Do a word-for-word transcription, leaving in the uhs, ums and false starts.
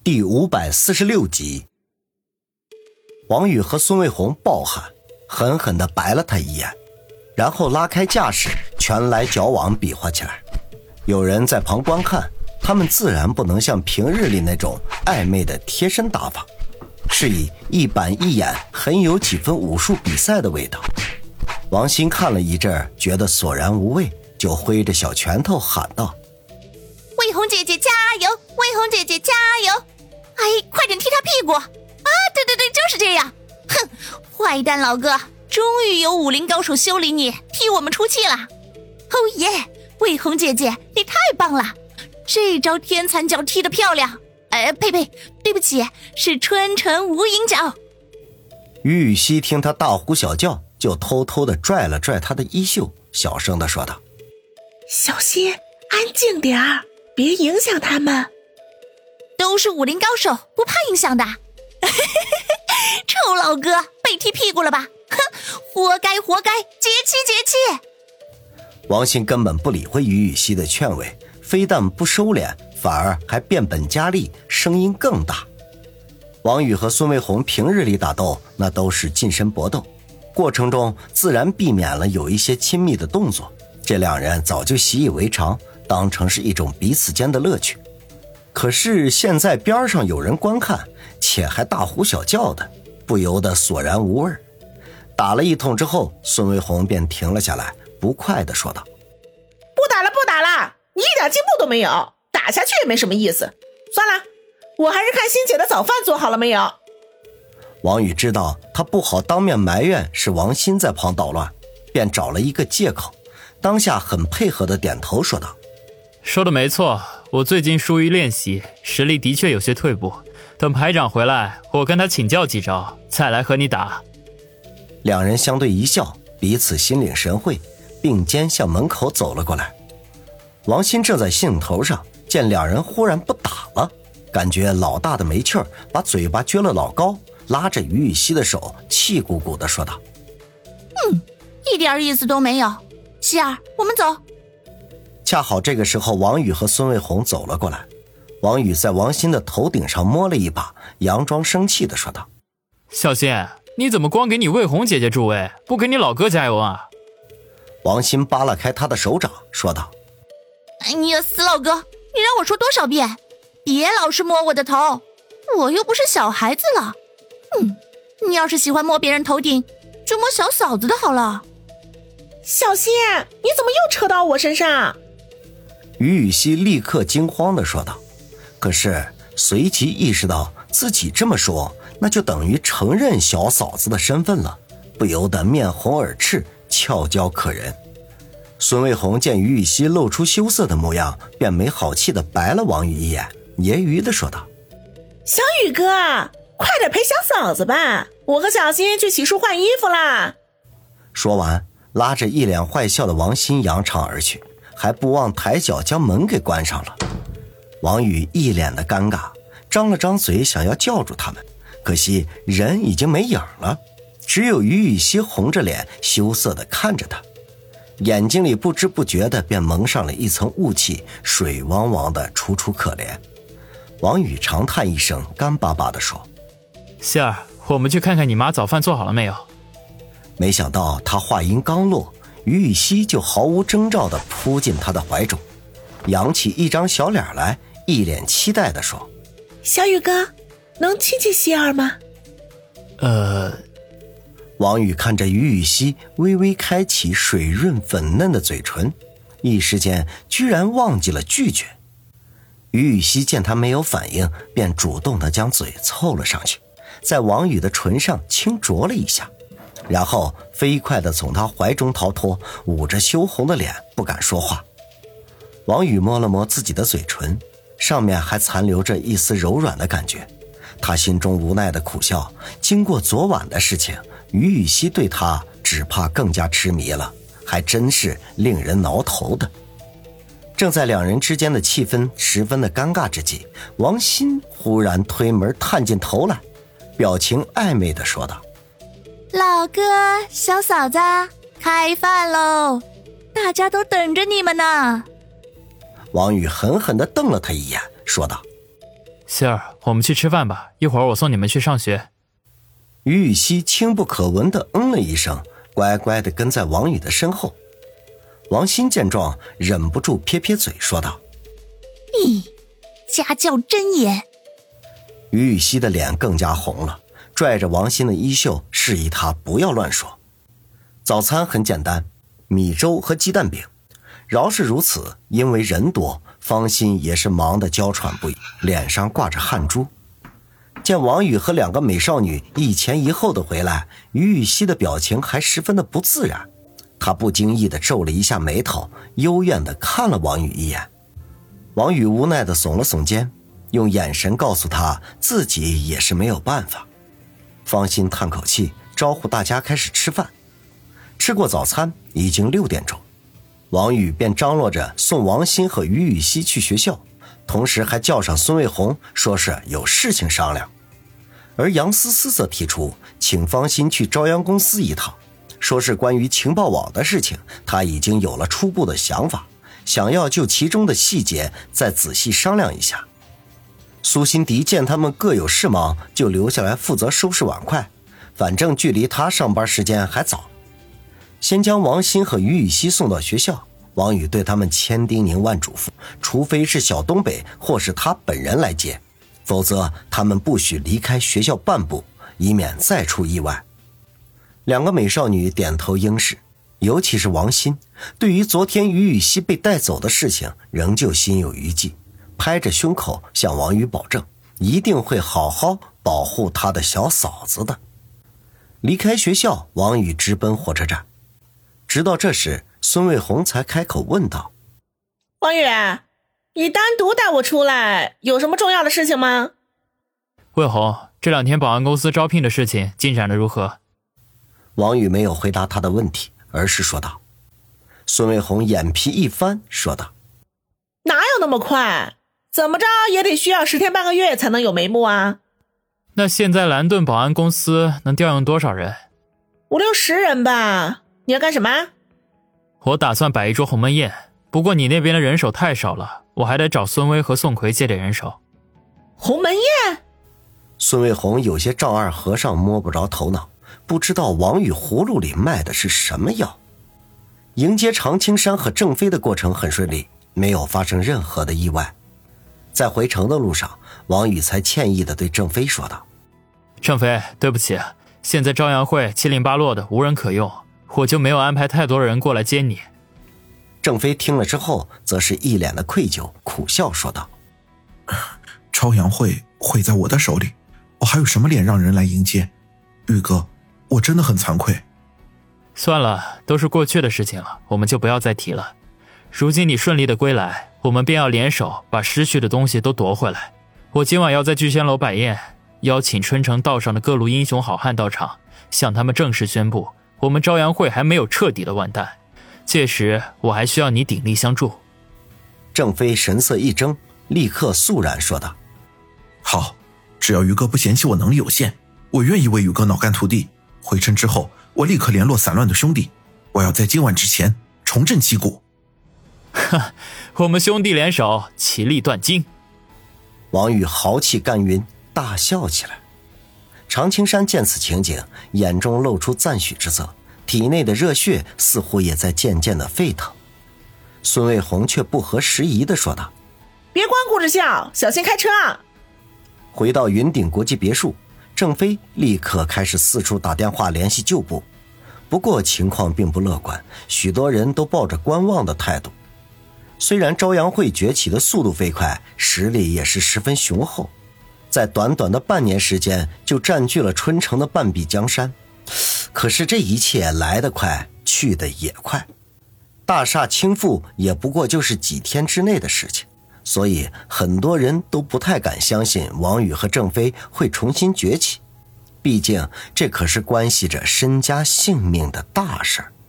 第五百四十六集。王宇和孙卫红暴喊，狠狠地白了他一眼，然后拉开架势，拳来脚往比划起来。有人在旁观看，他们自然不能像平日里那种暧昧的贴身打法，是以一板一眼，很有几分武术比赛的味道。王鑫看了一阵，觉得索然无味，就挥着小拳头喊道： 卫红姐姐加油，卫红姐姐加油，哎，快点踢他屁股啊！对对对，就是这样。哼，坏蛋老哥，终于有武林高手修理你，替我们出气了。哦耶，卫红姐姐你太棒了，这招天残脚踢得漂亮。呃，呸呸，对不起，是春城无影脚。 于雨溪听他大呼小叫，就偷偷地拽了拽他的衣袖，小声地说道： 小心，安静点儿，别影响他们。 都是武林高手，不怕影响的。臭老哥，被踢屁股了吧？哼，活该活该，节气节气。 王鑫根本不理会于雨溪的劝慰，非但不收敛，反而还变本加厉，声音更大。王宇和孙卫红平日里打斗那都是近身搏斗，过程中自然避免了有一些亲密的动作，这两人早就习以为常，当成是一种彼此间的乐趣。可是现在边上有人观看，且还大呼小叫的，不由得索然无味。打了一通之后，孙卫红便停了下来，不快地说道： 不打了不打了，你一点进步都没有，打下去也没什么意思，算了，我还是看欣姐的早饭做好了没有。 王宇知道他不好当面埋怨是王鑫在旁捣乱，便找了一个借口，当下很配合地点头说道： 说的没错，我最近疏于练习，实力的确有些退步，等排长回来，我跟他请教几招，再来和你打。 两人相对一笑，彼此心领神会，并肩向门口走了过来。王鑫正在兴头上，见两人忽然不打了，感觉老大的没气儿，把嘴巴撅了老高，拉着于雨溪的手，气鼓鼓地说道： 嗯，一点意思都没有。希儿，我们走。 恰好这个时候，王宇和孙卫红走了过来。王宇在王鑫的头顶上摸了一把，佯装生气地说道： 小鑫，你怎么光给你卫红姐姐助威，不给你老哥加油啊？ 王鑫扒拉开他的手掌，说道： 你呀死老哥，你让我说多少遍，别老是摸我的头，我又不是小孩子了。嗯，你要是喜欢摸别人头顶，就摸小嫂子的好了。 小鑫，你怎么又扯到我身上？ 于雨溪立刻惊慌地说道，可是随即意识到自己这么说，那就等于承认小嫂子的身份了，不由得面红耳赤，俏娇可人。孙卫红见于雨溪露出羞涩的模样，便没好气地白了王宇一眼，揶揄地说道： 小宇哥，快点陪小嫂子吧，我和小鑫去洗漱换衣服啦。 说完，拉着一脸坏笑的王鑫扬长而去，还不忘抬脚将门给关上了。王宇一脸的尴尬，张了张嘴想要叫住他们，可惜人已经没影了，只有于雨溪红着脸羞涩地看着他，眼睛里不知不觉地便蒙上了一层雾气，水汪汪的楚楚可怜。王宇长叹一声，干巴巴地说： 希儿，我们去看看你妈早饭做好了没有。 没想到他话音刚落，于雨溪就毫无征兆地扑进他的怀中，扬起一张小脸来，一脸期待地说： 小宇哥，能亲亲希儿吗？ 呃王宇看着于雨溪微微开启水润粉嫩的嘴唇，一时间居然忘记了拒绝。于雨溪见他没有反应，便主动地将嘴凑了上去，在王宇的唇上轻啄了一下，然后飞快地从他怀中逃脱，捂着羞红的脸不敢说话。王宇摸了摸自己的嘴唇，上面还残留着一丝柔软的感觉，他心中无奈地苦笑，经过昨晚的事情，于雨溪对他只怕更加痴迷了，还真是令人挠头的。正在两人之间的气氛十分的尴尬之际，王鑫忽然推门探进头来，表情暧昧地说道： 老哥，小嫂子，开饭喽，大家都等着你们呢。 王宇狠狠地瞪了他一眼，说道： 希儿，我们去吃饭吧，一会儿我送你们去上学。 于雨溪轻不可闻地嗯了一声，乖乖地跟在王宇的身后。王鑫见状，忍不住撇撇嘴说道： 咦，家教真严。 于雨溪的脸更加红了，拽着王鑫的衣袖，示意他不要乱说。早餐很简单，米粥和鸡蛋饼。饶是如此，因为人多，方心也是忙得娇喘不已，脸上挂着汗珠。见王宇和两个美少女一前一后的回来，于雨溪的表情还十分的不自然。他不经意地皱了一下眉头，幽怨地看了王宇一眼。王宇无奈地耸了耸肩，用眼神告诉他自己也是没有办法。方心叹口气，招呼大家开始吃饭。吃过早餐，已经六点钟，王宇便张罗着送王鑫和于雨溪去学校，同时还叫上孙卫红，说是有事情商量。而杨思思则提出请方心去朝阳公司一趟，说是关于情报网的事情，他已经有了初步的想法，想要就其中的细节再仔细商量一下。苏辛迪见他们各有事忙，就留下来负责收拾碗筷，反正距离他上班时间还早。先将王鑫和于雨溪送到学校，王宇对他们千叮咛万嘱咐，除非是小东北或是他本人来接，否则他们不许离开学校半步，以免再出意外。两个美少女点头应是，尤其是王鑫，对于昨天于雨溪被带走的事情仍旧心有余悸，拍着胸口向王宇保证，一定会好好保护他的小嫂子的。离开学校，王宇直奔火车站。直到这时，孙卫红才开口问道： 王宇，你单独带我出来，有什么重要的事情吗？ 卫红，这两天保安公司招聘的事情进展得如何？ 王宇没有回答他的问题，而是说道。孙卫红眼皮一翻，说道： 哪有那么快？怎么着也得需要十天半个月才能有眉目啊。 那现在蓝盾保安公司能调用多少人？ 五六十人吧。你要干什么？ 我打算摆一桌鸿门宴，不过你那边的人手太少了，我还得找孙威和宋奎借点人手。 鸿门宴？ 孙卫红有些丈二和尚摸不着头脑，不知道王宇葫芦里卖的是什么药。迎接常青山和郑飞的过程很顺利，没有发生任何的意外。在回城的路上，王宇才歉意地对郑飞说道： 郑飞，对不起，现在朝阳会七零八落的，无人可用，我就没有安排太多人过来接你。 郑飞听了之后，则是一脸的愧疚，苦笑说道： 朝阳会会在我的手里，我还有什么脸让人来迎接？宇哥，我真的很惭愧。 算了，都是过去的事情了，我们就不要再提了。如今你顺利的归来，我们便要联手把失去的东西都夺回来。我今晚要在聚仙楼摆宴，邀请春城道上的各路英雄好汉到场，向他们正式宣布我们朝阳会还没有彻底的完蛋，届时我还需要你鼎力相助。 郑飞神色一怔，立刻肃然说道： 好，只要于哥不嫌弃我能力有限，我愿意为于哥脑干涂地。回城之后，我立刻联络散乱的兄弟，我要在今晚之前重振旗鼓。 哈，我们兄弟联手，其利断金。 王宇豪气干云，大笑起来。常青山见此情景，眼中露出赞许之色，体内的热血似乎也在渐渐的沸腾。孙卫红却不合时宜地说道： 别光顾着笑，小心开车啊。 回到云顶国际别墅，郑飞立刻开始四处打电话联系旧部，不过情况并不乐观，许多人都抱着观望的态度。虽然朝阳会崛起的速度飞快，实力也是十分雄厚，在短短的半年时间就占据了春城的半壁江山。可是这一切来得快，去得也快，大厦倾覆也不过就是几天之内的事情，所以很多人都不太敢相信王宇和郑飞会重新崛起，毕竟这可是关系着身家性命的大事儿。